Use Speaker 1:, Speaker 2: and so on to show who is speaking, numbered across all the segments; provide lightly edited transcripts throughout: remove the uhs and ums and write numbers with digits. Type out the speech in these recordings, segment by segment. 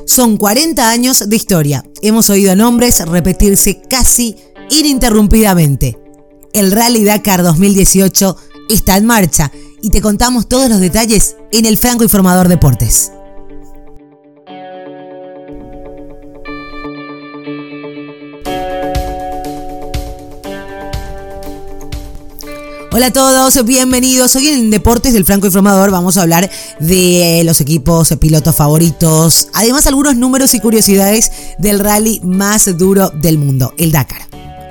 Speaker 1: Son 40 años de historia. Hemos oído nombres repetirse casi ininterrumpidamente. El Rally Dakar 2018 está en marcha y te contamos todos los detalles en el Franco Informador Deportes. Hola a todos, bienvenidos. Hoy en Deportes del Franco Informador vamos a hablar de los equipos, pilotos favoritos, además algunos números y curiosidades del rally más duro del mundo, el Dakar.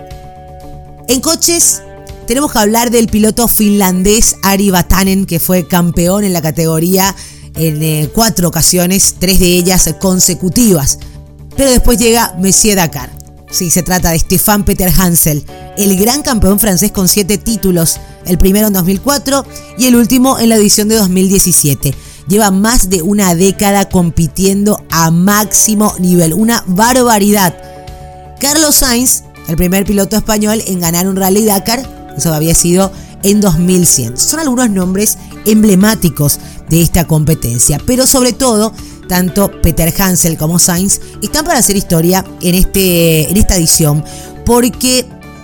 Speaker 1: En coches tenemos que hablar del piloto finlandés Ari Vatanen, que fue campeón en la categoría en 4 ocasiones, 3 de ellas consecutivas. Pero después llega Messier Dakar. Sí, se trata de Stéphane Peter Hansel, el gran campeón francés con 7 títulos, el primero en 2004 y el último en la edición de 2017. Lleva más de una década compitiendo a máximo nivel, una barbaridad. Carlos Sainz, el primer piloto español en ganar un Rally Dakar, eso había sido en 2100. Son algunos nombres emblemáticos de esta competencia, pero sobre todo tanto Peter Hansel como Sainz están para hacer historia en esta edición, porque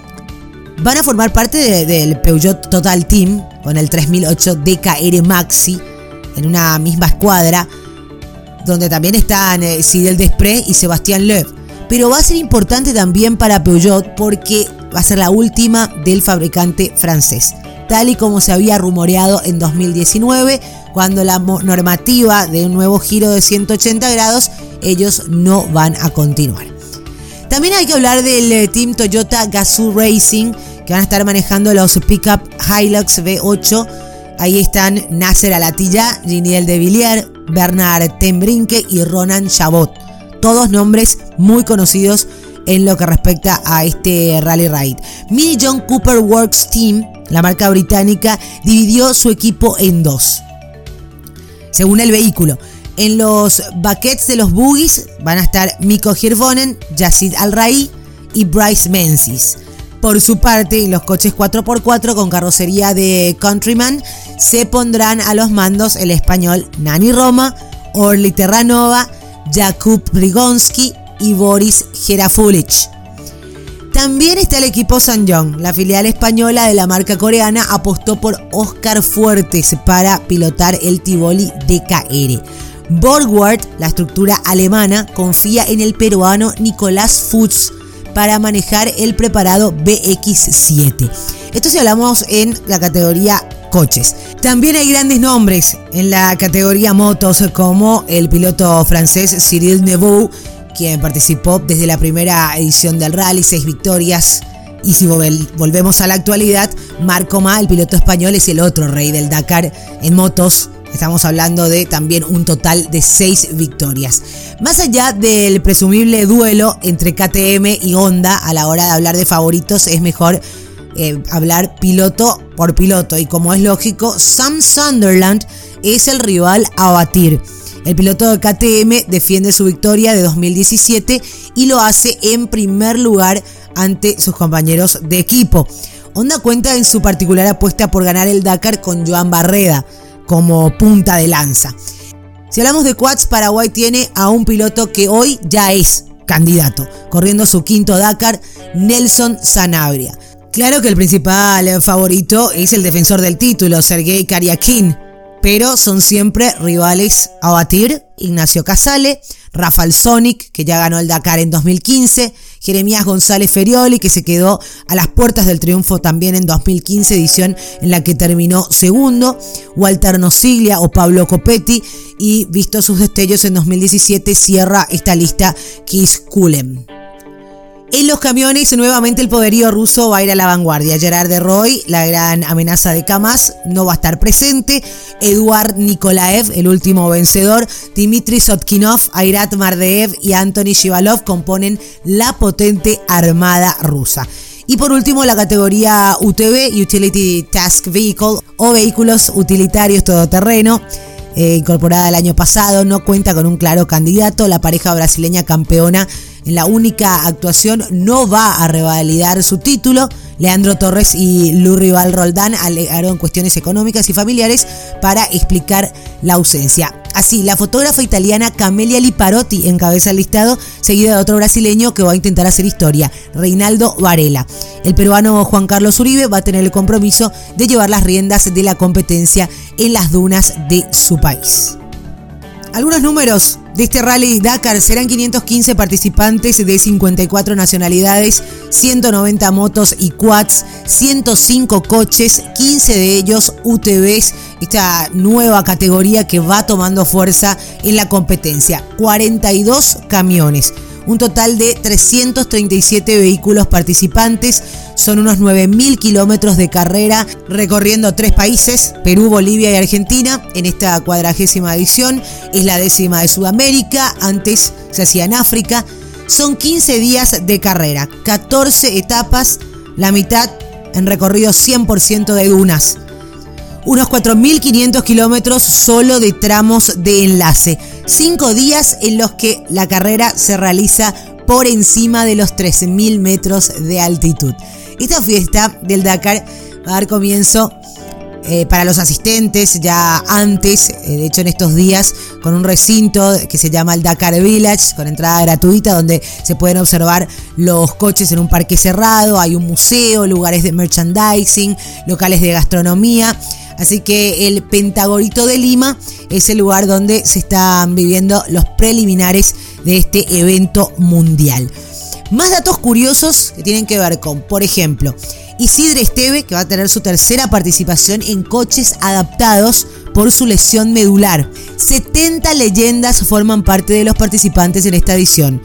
Speaker 1: van a formar parte del Peugeot Total Team con el 3008 DKR Maxi en una misma escuadra, donde también están Cyril Desprez y Sébastien Loeb. Pero va a ser importante también para Peugeot porque va a ser la última del fabricante francés, tal y como se había rumoreado en 2019, cuando la normativa de un nuevo giro de 180 grados, ellos no van a continuar. También hay que hablar del Team Toyota Gazoo Racing, que van a estar manejando los Pickup Hilux V8. Ahí están Nasser Al-Attiyah, Giniel de Villiers, Bernard Ten-Brinke y Ronan Chabot. Todos nombres muy conocidos en lo que respecta a este Rally Raid. Mini John Cooper Works Team, la marca británica, dividió su equipo en 2. Según el vehículo, en los baquets de los buggies van a estar Mikko Hirvonen, Yazid Al-Rai y Bryce Menzies. Por su parte, en los coches 4x4 con carrocería de Countryman se pondrán a los mandos el español Nani Roma, Orly Terranova, Jakub Prigonski y Boris Gerafulich. También está el equipo SsangYong. La filial española de la marca coreana apostó por Oscar Fuertes para pilotar el Tivoli DKR. Borgward, la estructura alemana, confía en el peruano Nicolás Fuchs para manejar el preparado BX7. Esto si hablamos en la categoría coches. También hay grandes nombres en la categoría motos, como el piloto francés Cyril Neveu, quien participó desde la primera edición del rally, 6 victorias. Y si volvemos a la actualidad, Marc Oma, el piloto español, es el otro rey del Dakar en motos. Estamos hablando de también un total de 6 victorias. Más allá del presumible duelo entre KTM y Honda, a la hora de hablar de favoritos es mejor hablar piloto por piloto. Y como es lógico, Sam Sunderland es el rival a batir. El piloto de KTM defiende su victoria de 2017 y lo hace en primer lugar ante sus compañeros de equipo. Honda cuenta en su particular apuesta por ganar el Dakar con Joan Barreda como punta de lanza. Si hablamos de quads, Paraguay tiene a un piloto que hoy ya es candidato, corriendo su 5º Dakar, Nelson Sanabria. Claro que el principal favorito es el defensor del título, Sergei Karyakin, pero son siempre rivales a batir: Ignacio Casale, Rafael Sonic, que ya ganó el Dakar en 2015, Jeremías González Ferioli, que se quedó a las puertas del triunfo también en 2015, edición en la que terminó segundo, Walter Nosiglia o Pablo Copetti, y visto sus destellos en 2017, cierra esta lista Keith Kulem. En los camiones, nuevamente el poderío ruso va a ir a la vanguardia. Gerard de Roy, la gran amenaza de Kamaz, no va a estar presente. Eduard Nikolaev, el último vencedor. Dmitry Sotkinov, Airat Mardeev y Anthony Shivalov componen la potente armada rusa. Y por último, la categoría UTV, Utility Task Vehicle, o vehículos utilitarios todoterreno, incorporada el año pasado, no cuenta con un claro candidato. La pareja brasileña campeona en la única actuación no va a revalidar su título. Leandro Torres y Lurrival Roldán alegaron cuestiones económicas y familiares para explicar la ausencia. Así, la fotógrafa italiana Camelia Liparotti encabeza el listado, seguida de otro brasileño que va a intentar hacer historia, Reinaldo Varela. El peruano Juan Carlos Uribe va a tener el compromiso de llevar las riendas de la competencia en las dunas de su país. Algunos números de este Rally Dakar: serán 515 participantes de 54 nacionalidades, 190 motos y quads, 105 coches, 15 de ellos UTVs, esta nueva categoría que va tomando fuerza en la competencia, 42 camiones. Un total de 337 vehículos participantes, son unos 9.000 kilómetros de carrera recorriendo 3 países, Perú, Bolivia y Argentina, en esta 40ª edición. Es la 10ª de Sudamérica, antes se hacía en África. Son 15 días de carrera, 14 etapas, la mitad en recorrido 100% de dunas. Unos 4.500 kilómetros solo de tramos de enlace. 5 días en los que la carrera se realiza por encima de los 13.000 metros de altitud. Esta fiesta del Dakar va a dar comienzo para los asistentes ya antes, de hecho en estos días, con un recinto que se llama el Dakar Village, con entrada gratuita, donde se pueden observar los coches en un parque cerrado. Hay un museo, lugares de merchandising, locales de gastronomía. Así que el Pentagorito de Lima es el lugar donde se están viviendo los preliminares de este evento mundial. Más datos curiosos que tienen que ver con, por ejemplo, Isidre Esteve, que va a tener su tercera participación en coches adaptados por su lesión medular. 70 leyendas forman parte de los participantes en esta edición.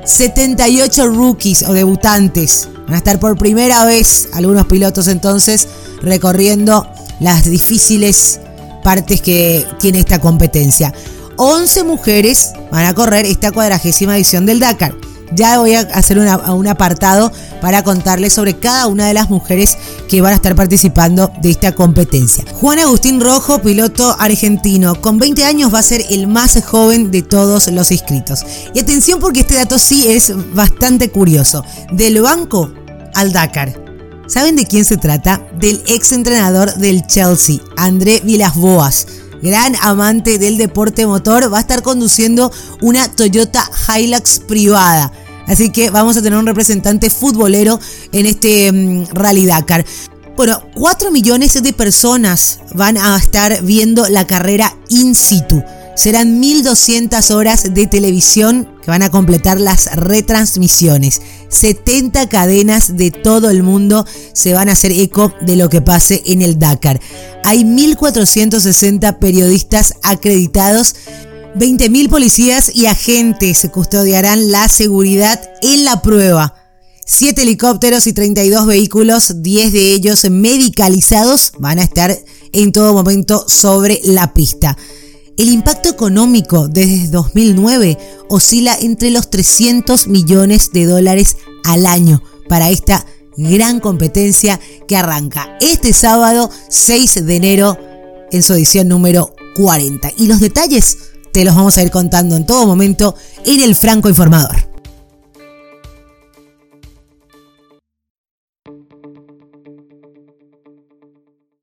Speaker 1: 78 rookies o debutantes. Van a estar por primera vez algunos pilotos entonces recorriendo las difíciles partes que tiene esta competencia. 11 mujeres van a correr esta 40ª edición del Dakar. Ya voy a hacer un apartado para contarles sobre cada una de las mujeres que van a estar participando de esta competencia. Juan Agustín Rojo, piloto argentino, con 20 años va a ser el más joven de todos los inscritos. Y atención, porque este dato sí es bastante curioso. Del banco al Dakar. ¿Saben de quién se trata? Del ex entrenador del Chelsea, André Villas-Boas. Gran amante del deporte motor, va a estar conduciendo una Toyota Hilux privada. Así que vamos a tener un representante futbolero en este Rally Dakar. Bueno, 4 millones de personas van a estar viendo la carrera in situ. Serán 1.200 horas de televisión que van a completar las retransmisiones. 70 cadenas de todo el mundo se van a hacer eco de lo que pase en el Dakar. Hay 1.460 periodistas acreditados. 20.000 policías y agentes custodiarán la seguridad en la prueba. 7 helicópteros y 32 vehículos, 10 de ellos medicalizados, van a estar en todo momento sobre la pista. El impacto económico desde 2009 oscila entre los 300 millones de dólares al año para esta gran competencia que arranca este sábado 6 de enero en su edición número 40. Y los detalles te los vamos a ir contando en todo momento en el Franco Informador.